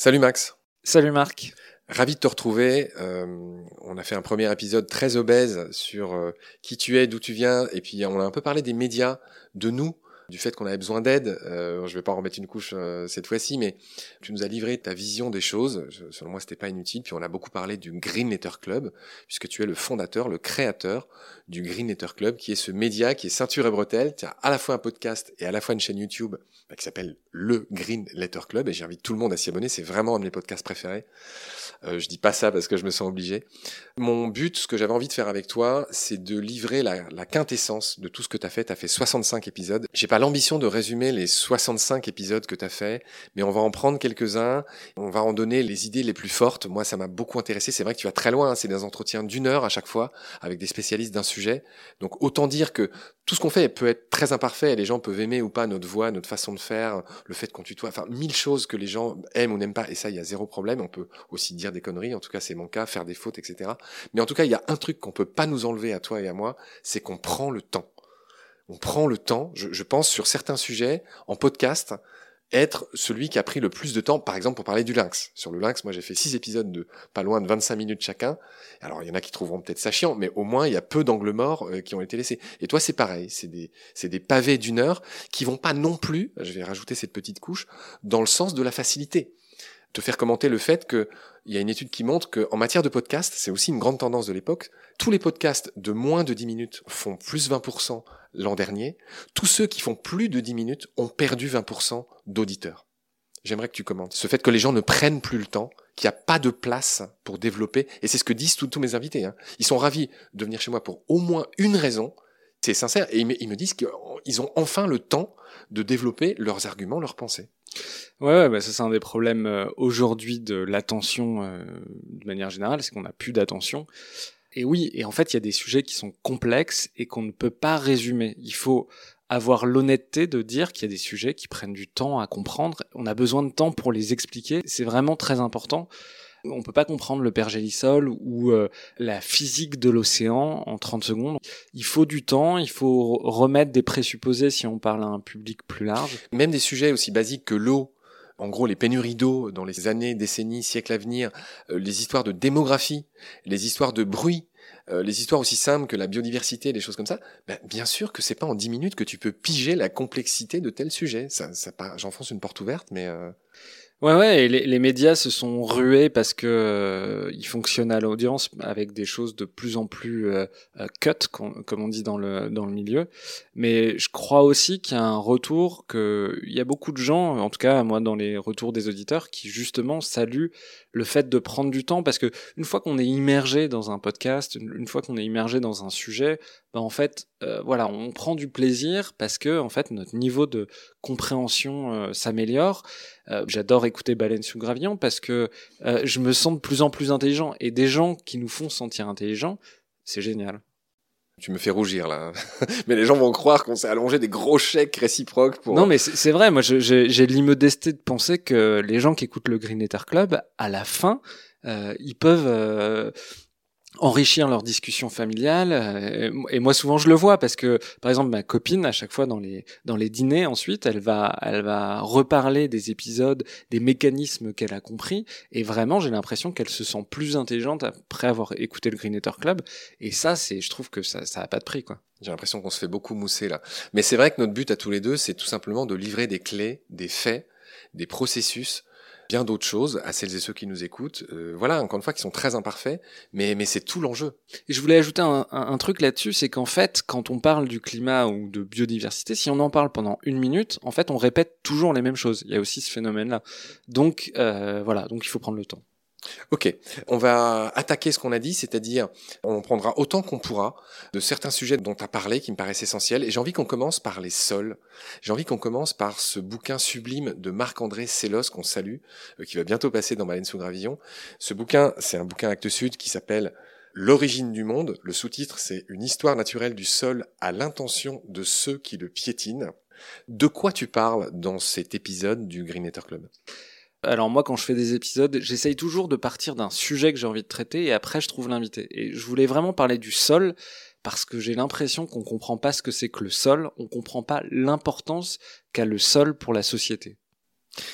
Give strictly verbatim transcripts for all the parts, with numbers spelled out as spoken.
Salut Max. Salut Marc. Ravi de te retrouver. Euh, on a fait un premier épisode très obèse sur euh, qui tu es, d'où tu viens, et puis on a un peu parlé des médias, de nous, du fait qu'on avait besoin d'aide. Euh, je vais pas en remettre une couche euh, cette fois-ci, mais tu nous as livré ta vision des choses. Je, selon moi, c'était pas inutile. Puis on a beaucoup parlé du Green Letter Club, puisque tu es le fondateur, le créateur du Green Letter Club, qui est ce média qui est ceinture et bretelle. Tu as à la fois un podcast et à la fois une chaîne YouTube bah, qui s'appelle le Green Letter Club, et j'invite tout le monde à s'y abonner. C'est vraiment un de mes podcasts préférés. Euh, je dis pas ça parce que je me sens obligé. Mon but, ce que j'avais envie de faire avec toi, c'est de livrer la, la quintessence de tout ce que tu as fait. Tu as fait soixante-cinq épisodes. J'ai pas l'ambition de résumer les soixante-cinq épisodes que tu as fait, mais on va en prendre quelques-uns. On va en donner les idées les plus fortes. Moi, ça m'a beaucoup intéressé. C'est vrai que tu vas très loin. Hein. C'est des entretiens d'une heure à chaque fois avec des spécialistes d'un sujet. Donc, autant dire que tout ce qu'on fait peut être très imparfait. Et les gens peuvent aimer ou pas notre voix, notre façon de faire, le fait qu'on tutoie. Enfin, mille choses que les gens aiment ou n'aiment pas. Et ça, il y a zéro problème. On peut aussi dire des conneries, en tout cas c'est mon cas, faire des fautes, et cetera. Mais en tout cas, il y a un truc qu'on peut pas nous enlever à toi et à moi, c'est qu'on prend le temps. On prend le temps, je, je pense, sur certains sujets, en podcast, être celui qui a pris le plus de temps, par exemple pour parler du lynx. Sur le lynx, moi j'ai fait six épisodes de pas loin de vingt-cinq minutes chacun. Alors il y en a qui trouveront peut-être ça chiant, mais au moins il y a peu d'angles morts euh, qui ont été laissés. Et toi c'est pareil, c'est des, c'est des pavés d'une heure qui vont pas non plus, je vais rajouter cette petite couche, dans le sens de la facilité. Te faire commenter le fait que il y a une étude qui montre qu'en matière de podcast, c'est aussi une grande tendance de l'époque, tous les podcasts de moins de dix minutes font plus vingt pour cent l'an dernier. Tous ceux qui font plus de dix minutes ont perdu vingt pour cent d'auditeurs. J'aimerais que tu commentes. Ce fait que les gens ne prennent plus le temps, qu'il n'y a pas de place pour développer, et c'est ce que disent tous, tous mes invités. Hein. Ils sont ravis de venir chez moi pour au moins une raison, c'est sincère, et ils me, ils me disent qu'ils ont enfin le temps de développer leurs arguments, leurs pensées. Ouais, ouais bah ça c'est un des problèmes euh, aujourd'hui de l'attention euh, de manière générale, c'est qu'on n'a plus d'attention. Et oui, et en fait il y a des sujets qui sont complexes et qu'on ne peut pas résumer. Il faut avoir l'honnêteté de dire qu'il y a des sujets qui prennent du temps à comprendre. On a besoin de temps pour les expliquer. C'est vraiment très important. On peut pas comprendre le pergélisol ou euh, la physique de l'océan en trente secondes. Il faut du temps, il faut remettre des présupposés si on parle à un public plus large. Même des sujets aussi basiques que l'eau, en gros les pénuries d'eau dans les années, décennies, siècles à venir, euh, les histoires de démographie, les histoires de bruit, euh, les histoires aussi simples que la biodiversité, des choses comme ça, ben, bien sûr que c'est pas en dix minutes que tu peux piger la complexité de tel sujet. Ça, ça, j'enfonce une porte ouverte, mais... Euh... Ouais, ouais, et les, les médias se sont rués parce que euh, ils fonctionnent à l'audience avec des choses de plus en plus euh, cut, com- comme on dit dans le dans le milieu. Mais je crois aussi qu'il y a un retour, que il y a beaucoup de gens, en tout cas moi dans les retours des auditeurs, qui justement saluent le fait de prendre du temps, parce que une fois qu'on est immergé dans un podcast, une, une fois qu'on est immergé dans un sujet, ben en fait, euh, voilà, on prend du plaisir parce que en fait notre niveau de compréhension euh, s'améliore. Euh, j'adore écouter Baleine sous Gravillon parce que euh, je me sens de plus en plus intelligent, et des gens qui nous font sentir intelligents, c'est génial. Tu me fais rougir là, mais les gens vont croire qu'on s'est allongé des gros chèques réciproques pour... Non mais c'est, c'est vrai, moi je, j'ai, j'ai l'immodesté de penser que les gens qui écoutent le Green Letter Club, à la fin, euh, ils peuvent... Euh, enrichir leur discussion familiale, euh, et moi souvent je le vois parce que par exemple ma copine, à chaque fois dans les dans les dîners ensuite, elle va elle va reparler des épisodes, des mécanismes qu'elle a compris, et vraiment j'ai l'impression qu'elle se sent plus intelligente après avoir écouté le Green Letter Club, et ça c'est, je trouve que ça ça a pas de prix quoi. J'ai l'impression qu'on se fait beaucoup mousser là, mais c'est vrai que notre but à tous les deux, c'est tout simplement de livrer des clés, des faits, des processus, bien d'autres choses à celles et ceux qui nous écoutent. Euh, voilà, encore une fois, qui sont très imparfaits, mais, mais c'est tout l'enjeu. Et je voulais ajouter un, un, un truc là-dessus, c'est qu'en fait, quand on parle du climat ou de biodiversité, si on en parle pendant une minute, en fait, on répète toujours les mêmes choses. Il y a aussi ce phénomène-là. Donc, euh, voilà, donc il faut prendre le temps. Ok, on va attaquer ce qu'on a dit, c'est-à-dire on prendra autant qu'on pourra de certains sujets dont tu as parlé qui me paraissent essentiels, et j'ai envie qu'on commence par les sols. J'ai envie qu'on commence par ce bouquin sublime de Marc-André Sellos qu'on salue, euh, qui va bientôt passer dans Baleine sous Gravillon. Ce bouquin, c'est un bouquin Actes Sud qui s'appelle L'origine du monde. Le sous-titre, c'est Une histoire naturelle du sol à l'intention de ceux qui le piétinent. De quoi tu parles dans cet épisode du Green Letter Club ? Alors moi, quand je fais des épisodes, j'essaye toujours de partir d'un sujet que j'ai envie de traiter, et après je trouve l'invité. Et je voulais vraiment parler du sol, parce que j'ai l'impression qu'on comprend pas ce que c'est que le sol, on comprend pas l'importance qu'a le sol pour la société.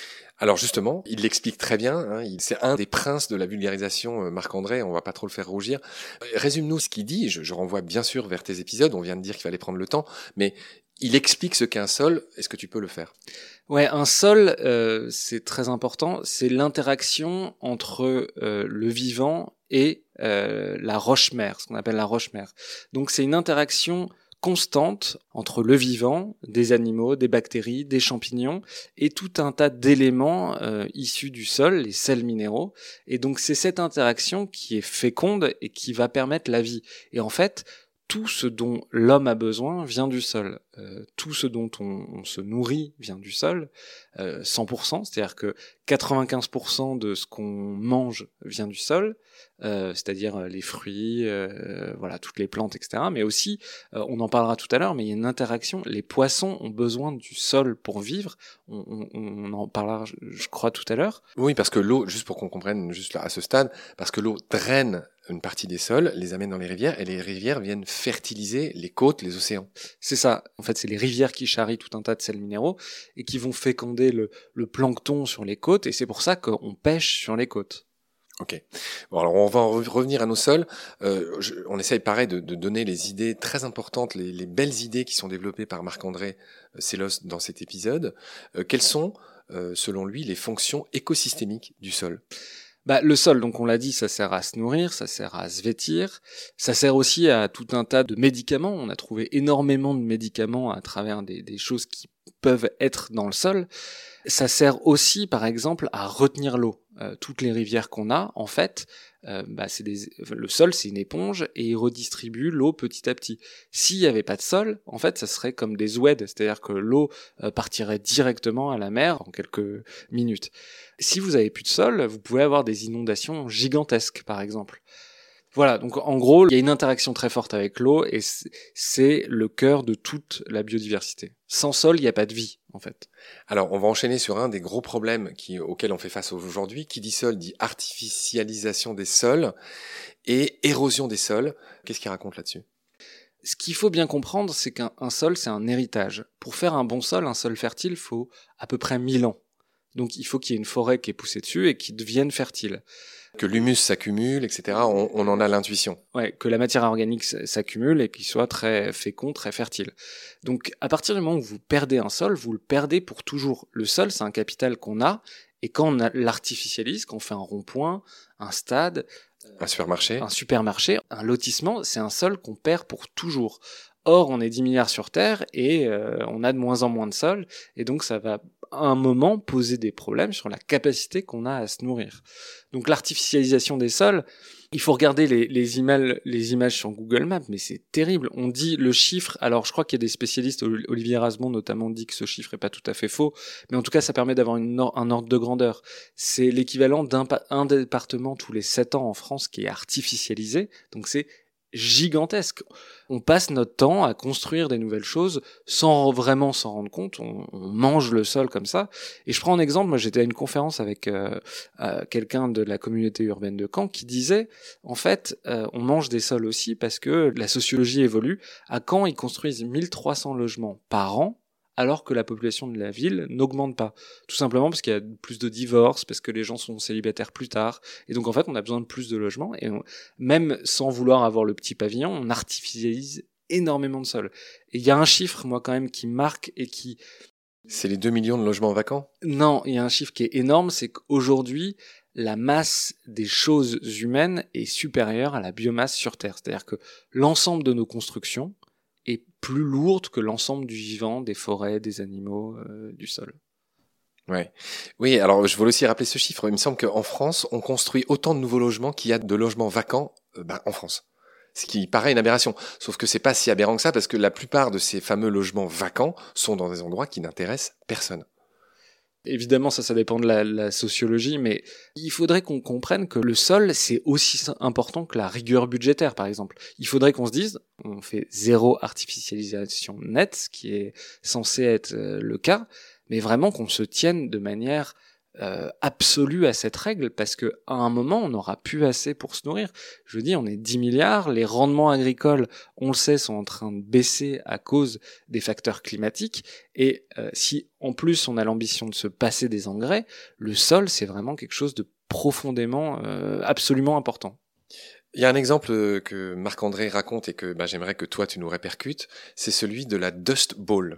Alors justement, il l'explique très bien, hein, il, c'est un des princes de la vulgarisation, euh, Marc-André, on va pas trop le faire rougir. Euh, Résume-nous ce qu'il dit, je, je renvoie bien sûr vers tes épisodes, on vient de dire qu'il fallait prendre le temps, mais il explique ce qu'est un sol, est-ce que tu peux le faire ? Ouais, un sol, euh, c'est très important, c'est l'interaction entre euh, le vivant et euh, la roche-mère, ce qu'on appelle la roche-mère. Donc c'est une interaction constante entre le vivant, des animaux, des bactéries, des champignons et tout un tas d'éléments euh, issus du sol, les sels minéraux. Et donc c'est cette interaction qui est féconde et qui va permettre la vie. Et en fait, tout ce dont l'homme a besoin vient du sol. Euh, tout ce dont on, on se nourrit vient du sol, euh, cent pour cent, c'est-à-dire que quatre-vingt-quinze pour cent de ce qu'on mange vient du sol, euh, c'est-à-dire les fruits, euh, voilà, toutes les plantes, et cetera. Mais aussi, euh, on en parlera tout à l'heure, mais il y a une interaction. Les poissons ont besoin du sol pour vivre. On, on, on en parlera, je, je crois, tout à l'heure. Oui, parce que l'eau, juste pour qu'on comprenne juste là, à ce stade, parce que l'eau draine une partie des sols, les amène dans les rivières, et les rivières viennent fertiliser les côtes, les océans. C'est ça. En fait, c'est les rivières qui charrient tout un tas de sels minéraux et qui vont féconder le, le plancton sur les côtes, et c'est pour ça qu'on pêche sur les côtes. Ok. Bon, alors on va en revenir à nos sols. Euh, je, on essaye pareil de, de donner les idées très importantes, les, les belles idées qui sont développées par Marc-André euh, Sellos dans cet épisode. Euh, quelles sont, euh, selon lui, les fonctions écosystémiques du sol ? Bah, le sol, donc on l'a dit, ça sert à se nourrir, ça sert à se vêtir, ça sert aussi à tout un tas de médicaments. On a trouvé énormément de médicaments à travers des, des choses qui peuvent être dans le sol. Ça sert aussi, par exemple, à retenir l'eau. Euh, toutes les rivières qu'on a, en fait, euh, bah, c'est des... le sol, c'est une éponge et il redistribue l'eau petit à petit. S'il n'y avait pas de sol, en fait, ça serait comme des oueds, c'est-à-dire que l'eau euh, partirait directement à la mer en quelques minutes. Si vous avez plus de sol, vous pouvez avoir des inondations gigantesques, par exemple. Voilà, donc en gros, il y a une interaction très forte avec l'eau et c'est le cœur de toute la biodiversité. Sans sol, il n'y a pas de vie, en fait. Alors, on va enchaîner sur un des gros problèmes qui, auxquels on fait face aujourd'hui. Qui dit sol dit artificialisation des sols et érosion des sols. Qu'est-ce qu'il raconte là-dessus ? Ce qu'il faut bien comprendre, c'est qu'un sol, c'est un héritage. Pour faire un bon sol, un sol fertile, il faut à peu près mille ans. Donc il faut qu'il y ait une forêt qui est poussée dessus et qui devienne fertile. Que l'humus s'accumule, et cetera. On, on en a l'intuition. Ouais, que la matière organique s'accumule et qu'il soit très fécond, très fertile. Donc à partir du moment où vous perdez un sol, vous le perdez pour toujours. Le sol, c'est un capital qu'on a, et quand on l'artificialise, quand on fait un rond-point, un stade, un supermarché, un supermarché, un lotissement, c'est un sol qu'on perd pour toujours. Or, on est dix milliards sur Terre et euh, on a de moins en moins de sol, et donc ça va à un moment poser des problèmes sur la capacité qu'on a à se nourrir. Donc l'artificialisation des sols, il faut regarder les, les, images, les images sur Google Maps, mais c'est terrible. On dit le chiffre, alors je crois qu'il y a des spécialistes, Olivier Rasmond notamment dit que ce chiffre est pas tout à fait faux, mais en tout cas ça permet d'avoir une, un ordre de grandeur. C'est l'équivalent d'un un département tous les sept ans en France qui est artificialisé, donc c'est gigantesque. On passe notre temps à construire des nouvelles choses sans vraiment s'en rendre compte. On, on mange le sol comme ça. Et je prends un exemple. Moi, j'étais à une conférence avec euh, euh, quelqu'un de la communauté urbaine de Caen qui disait, en fait, euh, on mange des sols aussi parce que la sociologie évolue. À Caen, ils construisent mille trois cents logements par an, alors que la population de la ville n'augmente pas. Tout simplement parce qu'il y a plus de divorces, parce que les gens sont célibataires plus tard. Et donc, en fait, on a besoin de plus de logements. Et on, même sans vouloir avoir le petit pavillon, on artificialise énormément de sol. Et il y a un chiffre, moi, quand même, qui marque et qui... C'est les deux millions de logements vacants ? Non, il y a un chiffre qui est énorme, c'est qu'aujourd'hui, la masse des choses humaines est supérieure à la biomasse sur Terre. C'est-à-dire que l'ensemble de nos constructions est plus lourde que l'ensemble du vivant, des forêts, des animaux, euh, du sol. Ouais. Oui, alors je voulais aussi rappeler ce chiffre. Il me semble qu'en France, on construit autant de nouveaux logements qu'il y a de logements vacants euh, bah, en France. Ce qui paraît une aberration. Sauf que c'est pas si aberrant que ça, parce que la plupart de ces fameux logements vacants sont dans des endroits qui n'intéressent personne. Évidemment, ça, ça dépend de la, la sociologie, mais il faudrait qu'on comprenne que le sol, c'est aussi important que la rigueur budgétaire, par exemple. Il faudrait qu'on se dise, on fait zéro artificialisation nette, ce qui est censé être le cas, mais vraiment qu'on se tienne de manière euh, absolue à cette règle parce que à un moment on n'aura plus assez pour se nourrir. Je veux dire, on est dix milliards, les rendements agricoles, on le sait, sont en train de baisser à cause des facteurs climatiques et euh, si en plus on a l'ambition de se passer des engrais, le sol c'est vraiment quelque chose de profondément, euh, absolument important. Il y a un exemple que Marc-André raconte et que bah, j'aimerais que toi tu nous répercutes, c'est celui de la Dust Bowl.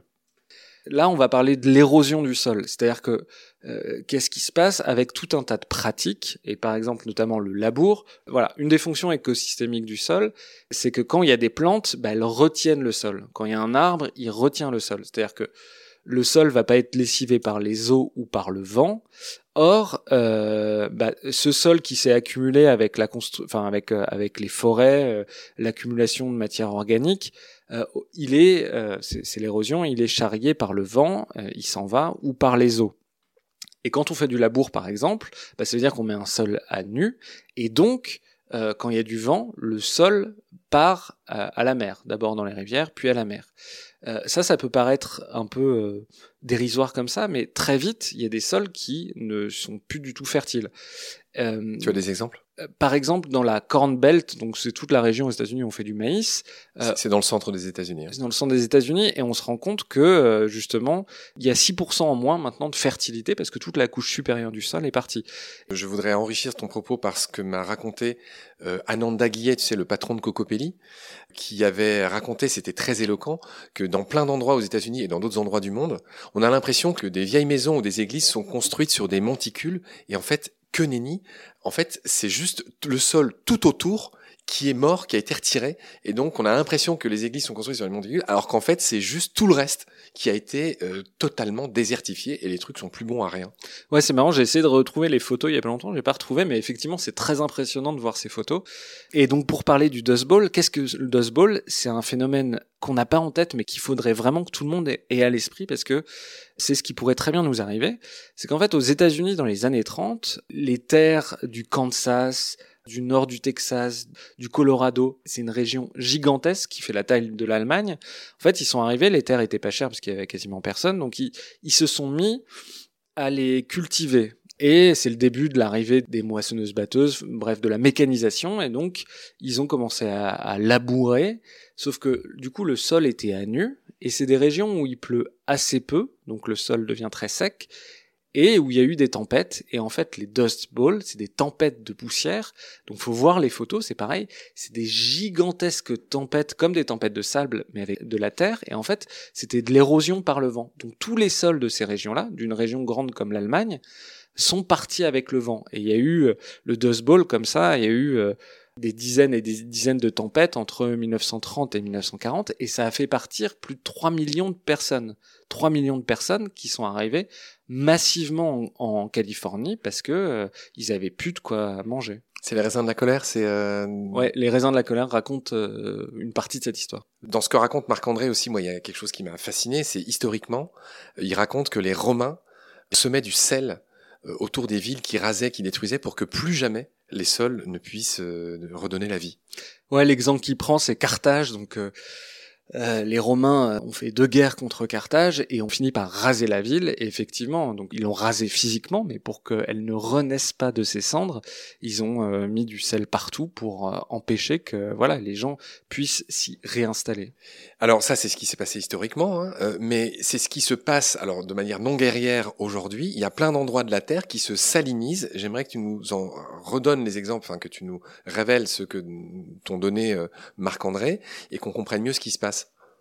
Là, on va parler de l'érosion du sol. C'est-à-dire que euh, qu'est-ce qui se passe avec tout un tas de pratiques, et par exemple notamment le labour. Voilà, une des fonctions écosystémiques du sol, c'est que quand il y a des plantes, bah, elles retiennent le sol. Quand il y a un arbre, il retient le sol. C'est-à-dire que le sol va pas être lessivé par les eaux ou par le vent. Or, euh, bah, ce sol qui s'est accumulé avec la constru- enfin avec euh, avec les forêts, euh, l'accumulation de matière organique, euh, il est, euh, c'est, c'est l'érosion, il est charrié par le vent, euh, il s'en va, ou par les eaux. Et quand on fait du labour, par exemple, bah, ça veut dire qu'on met un sol à nu, et donc euh, quand il y a du vent, le sol part à, à la mer, d'abord dans les rivières, puis à la mer. Euh, ça, ça peut paraître un peu euh, dérisoire comme ça, mais très vite, il y a des sols qui ne sont plus du tout fertiles. Euh, tu as des exemples ? Par exemple, dans la Corn Belt, donc c'est toute la région aux États-Unis où on fait du maïs. Euh, c'est dans le centre des États-Unis. Hein. C'est dans le centre des États-Unis, et on se rend compte que euh, justement, il y a six pour cent en moins maintenant de fertilité parce que toute la couche supérieure du sol est partie. Je voudrais enrichir ton propos parce que m'a raconté euh, Ananda Guillet, tu sais, le patron de Cocopelli, qui avait raconté, c'était très éloquent, que dans plein d'endroits aux États-Unis et dans d'autres endroits du monde, on a l'impression que des vieilles maisons ou des églises sont construites sur des monticules, et en fait, que nenni, en fait, c'est juste le sol tout autour qui est mort, qui a été retiré, et donc on a l'impression que les églises sont construites sur les monticules, alors qu'en fait c'est juste tout le reste qui a été euh, totalement désertifié, et les trucs sont plus bons à rien. Ouais, c'est marrant, j'ai essayé de retrouver les photos il y a pas longtemps, j'ai pas retrouvé, mais effectivement c'est très impressionnant de voir ces photos. Et donc pour parler du Dust Bowl, qu'est-ce que le Dust Bowl ? C'est un phénomène qu'on n'a pas en tête, mais qu'il faudrait vraiment que tout le monde ait à l'esprit, parce que c'est ce qui pourrait très bien nous arriver. C'est qu'en fait aux États-Unis dans les années trente, les terres du Kansas, du nord du Texas, du Colorado, c'est une région gigantesque qui fait la taille de l'Allemagne. En fait, ils sont arrivés, les terres étaient pas chères parce qu'il y avait quasiment personne, donc ils, ils se sont mis à les cultiver. Et c'est le début de l'arrivée des moissonneuses-batteuses, bref, de la mécanisation, et donc ils ont commencé à, à labourer, sauf que du coup le sol était à nu, et c'est des régions où il pleut assez peu, donc le sol devient très sec, et où il y a eu des tempêtes, et en fait les Dust Bowls, c'est des tempêtes de poussière, donc faut voir les photos, c'est pareil, c'est des gigantesques tempêtes, comme des tempêtes de sable, mais avec de la terre, et en fait c'était de l'érosion par le vent. Donc tous les sols de ces régions-là, d'une région grande comme l'Allemagne, sont partis avec le vent, et il y a eu euh, le Dust Bowl comme ça, il y a eu euh, des dizaines et des dizaines de tempêtes entre mille neuf cent trente et mille neuf cent quarante, et ça a fait partir plus de trois millions de personnes. trois millions de personnes qui sont arrivées massivement en, en Californie parce que euh, ils avaient plus de quoi manger. C'est les raisins de la colère, c'est... Euh... Ouais, les raisins de la colère racontent euh, une partie de cette histoire. Dans ce que raconte Marc-André aussi, moi, il y a quelque chose qui m'a fasciné, c'est historiquement, il raconte que les Romains semaient du sel euh, autour des villes qui rasaient, qui détruisaient, pour que plus jamais les sols ne puissent euh, redonner la vie. Ouais, l'exemple qu'il prend, c'est Carthage, donc... Euh, Euh, les Romains ont fait deux guerres contre Carthage et ont fini par raser la ville. Et effectivement, donc ils l'ont rasée physiquement, mais pour qu'elle ne renaisse pas de ses cendres, ils ont euh, mis du sel partout pour euh, empêcher que voilà les gens puissent s'y réinstaller. Alors ça, c'est ce qui s'est passé historiquement, hein, euh, mais c'est ce qui se passe alors de manière non guerrière aujourd'hui. Il y a plein d'endroits de la Terre qui se salinisent. J'aimerais que tu nous en redonnes les exemples, enfin que tu nous révèles ce que t'ont donné euh, Marc-André et qu'on comprenne mieux ce qui se passe.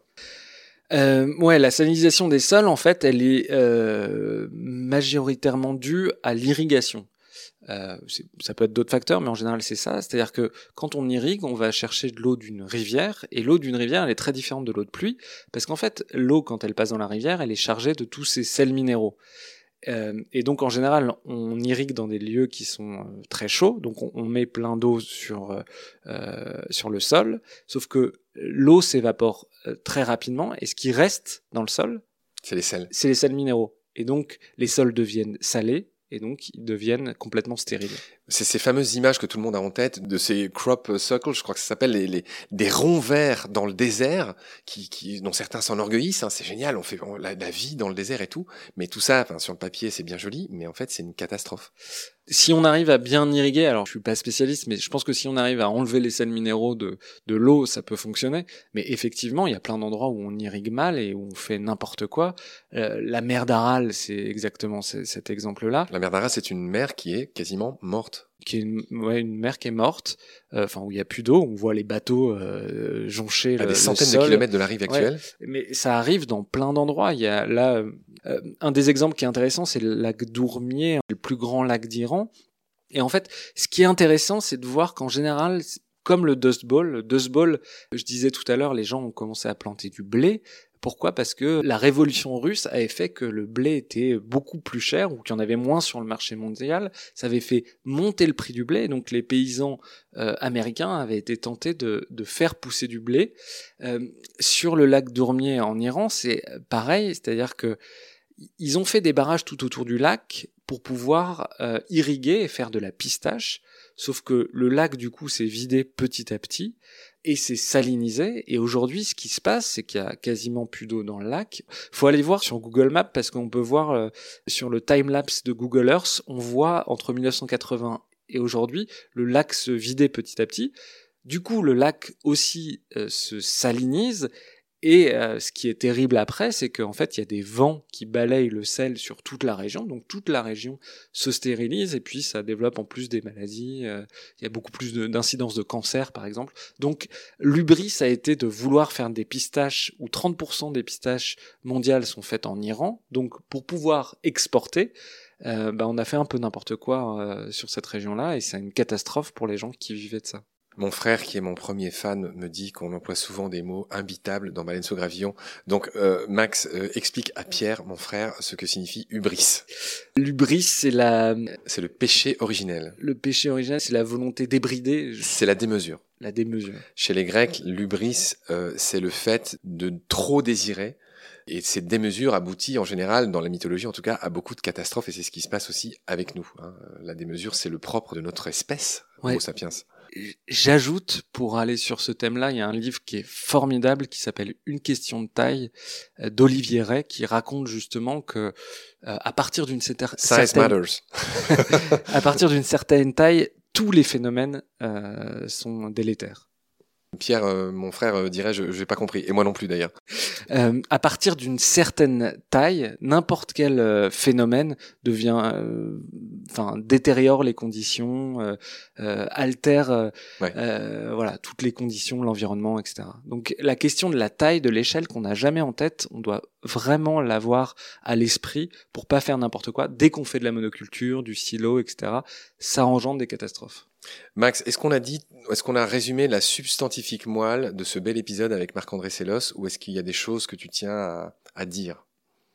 Euh, ouais, la salinisation des sols, en fait, elle est euh, majoritairement due à l'irrigation. Euh, ça peut être d'autres facteurs, mais en général c'est ça. C'est-à-dire que quand on irrigue, on va chercher de l'eau d'une rivière, et l'eau d'une rivière, elle est très différente de l'eau de pluie, parce qu'en fait, l'eau, quand elle passe dans la rivière, elle est chargée de tous ces sels minéraux. Euh, et donc en général, on irrigue dans des lieux qui sont euh, très chauds, donc on, on met plein d'eau sur euh, sur le sol, sauf que l'eau s'évapore euh, très rapidement, et ce qui reste dans le sol, c'est les sels. C'est les sels minéraux. Et donc les sols deviennent salés, et donc ils deviennent complètement stériles. C'est ces fameuses images que tout le monde a en tête de ces crop circles, je crois que ça s'appelle les, les des ronds verts dans le désert, qui, qui dont certains s'enorgueillissent. Hein, c'est génial, on fait on, la, la vie dans le désert et tout, mais tout ça, enfin, sur le papier, c'est bien joli, mais en fait, c'est une catastrophe. Si on arrive à bien irriguer, alors je suis pas spécialiste, mais je pense que si on arrive à enlever les sels minéraux de de l'eau, ça peut fonctionner. Mais effectivement, il y a plein d'endroits où on irrigue mal et où on fait n'importe quoi. Euh, la mer d'Aral, c'est exactement c- cet exemple-là. La mer d'Aral, c'est une mer qui est quasiment morte. Qui est une, ouais, une mer qui est morte, euh, enfin où il y a plus d'eau, on voit les bateaux euh, joncher à le, des centaines le sol. de kilomètres de la rive actuelle. Ouais, mais ça arrive dans plein d'endroits. Il y a là euh, un des exemples qui est intéressant, c'est le lac d'Ourmier, le plus grand lac d'Iran. Et en fait, ce qui est intéressant, c'est de voir qu'en général, comme le Dust Bowl, le Dust Bowl, je disais tout à l'heure, les gens ont commencé à planter du blé. Pourquoi ? Parce que la révolution russe avait fait que le blé était beaucoup plus cher ou qu'il y en avait moins sur le marché mondial. Ça avait fait monter le prix du blé. Donc les paysans euh, américains avaient été tentés de, de faire pousser du blé. Euh, sur le lac d'Ourmier en Iran, c'est pareil, c'est-à-dire que ils ont fait des barrages tout autour du lac pour pouvoir euh, irriguer et faire de la pistache. Sauf que le lac, du coup, s'est vidé petit à petit et s'est salinisé. Et aujourd'hui, ce qui se passe, c'est qu'il y a quasiment plus d'eau dans le lac. Faut aller voir sur Google Maps parce qu'on peut voir euh, sur le time-lapse de Google Earth, on voit entre mille neuf cent quatre-vingts et aujourd'hui, le lac se vider petit à petit. Du coup, le lac aussi euh, se salinise. Et euh, ce qui est terrible après, c'est qu'en fait, il y a des vents qui balayent le sel sur toute la région, donc toute la région se stérilise, et puis ça développe en plus des maladies, euh, il y a beaucoup plus de, d'incidence de cancer, par exemple. Donc l'hubris a été de vouloir faire des pistaches, où trente pour cent des pistaches mondiales sont faites en Iran, donc pour pouvoir exporter, euh, bah, on a fait un peu n'importe quoi euh, sur cette région-là, et c'est une catastrophe pour les gens qui vivaient de ça. Mon frère, qui est mon premier fan, me dit qu'on emploie souvent des mots imbitables dans Baleine sous gravillon. Donc, euh, Max, euh, explique à Pierre, mon frère, ce que signifie hubris. L'hubris, c'est la... C'est le péché originel. Le péché originel, c'est la volonté débridée. C'est la démesure. La démesure. Chez les Grecs, l'hubris, euh, c'est le fait de trop désirer. Et cette démesure aboutit en général, dans la mythologie en tout cas, à beaucoup de catastrophes. Et c'est ce qui se passe aussi avec nous. Hein. La démesure, c'est le propre de notre espèce, ouais. Homo sapiens. J'ajoute, pour aller sur ce thème-là, il y a un livre qui est formidable qui s'appelle Une question de taille euh, d'Olivier Rey, qui raconte justement que euh, à partir d'une cer- certaine à partir d'une certaine taille, tous les phénomènes euh, sont délétères. Pierre, euh, mon frère, euh, dirait je j'ai pas compris, et moi non plus d'ailleurs. Euh, à partir d'une certaine taille, n'importe quel euh, phénomène devient, enfin, euh, détériore les conditions, euh, euh, altère, euh, ouais. euh, voilà, toutes les conditions, l'environnement, et cetera. Donc, la question de la taille, de l'échelle qu'on n'a jamais en tête, on doit vraiment l'avoir à l'esprit pour pas faire n'importe quoi. Dès qu'on fait de la monoculture, du silo, et cetera, ça engendre des catastrophes. Max, est-ce qu'on a dit, est-ce qu'on a résumé la substantifique moelle de ce bel épisode avec Marc-André Sellos, ou est-ce qu'il y a des choses que tu tiens à, à dire ?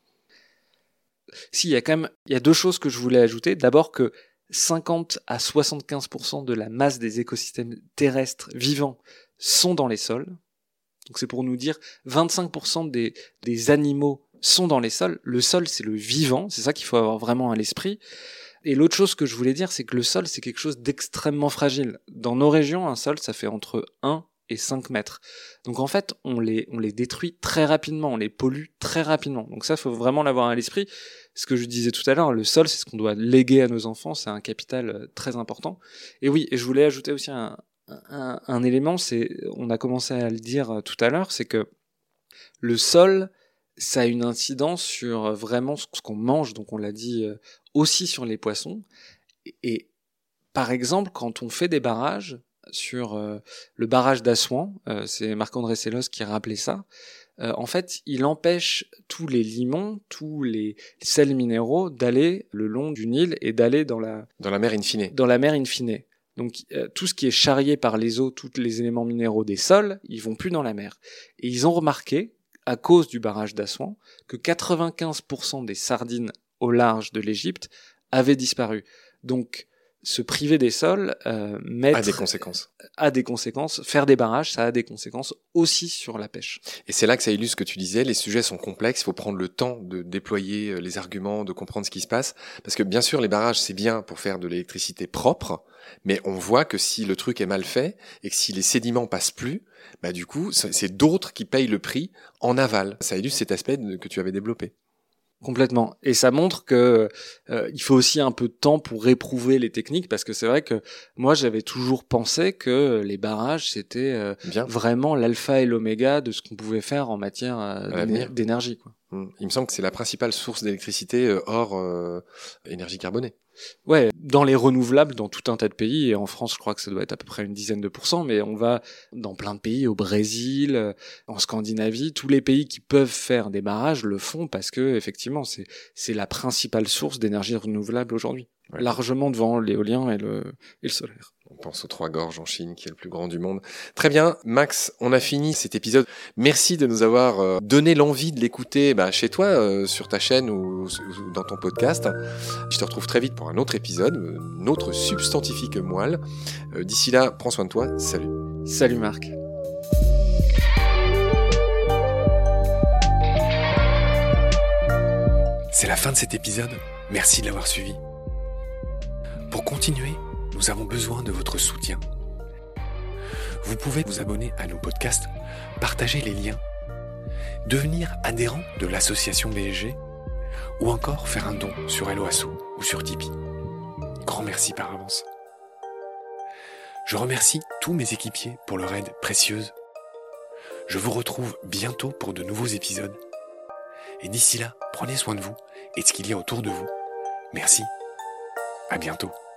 Si, il y a quand même, il y a deux choses que je voulais ajouter. D'abord que cinquante à soixante-quinze pour cent de la masse des écosystèmes terrestres vivants sont dans les sols. Donc c'est pour nous dire vingt-cinq pour cent des, des animaux sont dans les sols. Le sol, c'est le vivant, c'est ça qu'il faut avoir vraiment à l'esprit. Et l'autre chose que je voulais dire, c'est que le sol, c'est quelque chose d'extrêmement fragile. Dans nos régions, un sol, ça fait entre un et cinq mètres. Donc en fait, on les, on les détruit très rapidement, on les pollue très rapidement. Donc ça, il faut vraiment l'avoir à l'esprit. Ce que je disais tout à l'heure, le sol, c'est ce qu'on doit léguer à nos enfants, c'est un capital très important. Et oui, et je voulais ajouter aussi un, un, un élément, c'est, on a commencé à le dire tout à l'heure, c'est que le sol, ça a une incidence sur vraiment ce qu'on mange, donc on l'a dit aussi sur les poissons. Et par exemple, quand on fait des barrages, sur euh, le barrage d'Assouan, euh, c'est Marc-André Sellos qui rappelait ça, euh, en fait, il empêche tous les limons, tous les sels minéraux d'aller le long du Nil et d'aller dans la... Dans la mer in fine. Dans la mer in fine. Donc euh, tout ce qui est charrié par les eaux, tous les éléments minéraux des sols, ils vont plus dans la mer. Et ils ont remarqué, à cause du barrage d'Assouan, que quatre-vingt-quinze pour cent des sardines au large de l'Égypte avaient disparu. Donc se priver des sols, euh, mettre... A des conséquences. A des conséquences. Faire des barrages, ça a des conséquences aussi sur la pêche. Et c'est là que ça illustre ce que tu disais, les sujets sont complexes, il faut prendre le temps de déployer les arguments, de comprendre ce qui se passe. Parce que bien sûr, les barrages, c'est bien pour faire de l'électricité propre, mais on voit que si le truc est mal fait et que si les sédiments passent plus, bah du coup, c'est d'autres qui payent le prix en aval. Ça illustre cet aspect que tu avais développé. Complètement. Et ça montre que euh, il faut aussi un peu de temps pour éprouver les techniques, parce que c'est vrai que moi j'avais toujours pensé que les barrages c'était euh, vraiment l'alpha et l'oméga de ce qu'on pouvait faire en matière euh, d'énergie, quoi. Il me semble que c'est la principale source d'électricité euh, hors euh, énergie carbonée. Ouais, dans les renouvelables, dans tout un tas de pays, et en France, je crois que ça doit être à peu près une dizaine de pourcents, mais on va dans plein de pays, au Brésil, en Scandinavie, tous les pays qui peuvent faire des barrages le font parce que, effectivement, c'est, c'est la principale source d'énergie renouvelable aujourd'hui. Ouais. Largement devant l'éolien et le, et le solaire. On pense aux Trois Gorges en Chine, qui est le plus grand du monde. Très bien, Max, on a fini cet épisode. Merci de nous avoir euh, donné l'envie de l'écouter bah, chez toi, euh, sur ta chaîne ou, ou dans ton podcast. Je te retrouve très vite pour un autre épisode, un autre substantifique moelle. Euh, d'ici là, prends soin de toi. Salut. Salut Marc. C'est la fin de cet épisode. Merci de l'avoir suivi. Pour continuer, nous avons besoin de votre soutien. Vous pouvez vous abonner à nos podcasts, partager les liens, devenir adhérent de l'association B S G ou encore faire un don sur Helloasso ou sur Tipeee. Grand merci par avance. Je remercie tous mes équipiers pour leur aide précieuse. Je vous retrouve bientôt pour de nouveaux épisodes. Et d'ici là, prenez soin de vous et de ce qu'il y a autour de vous. Merci. À bientôt.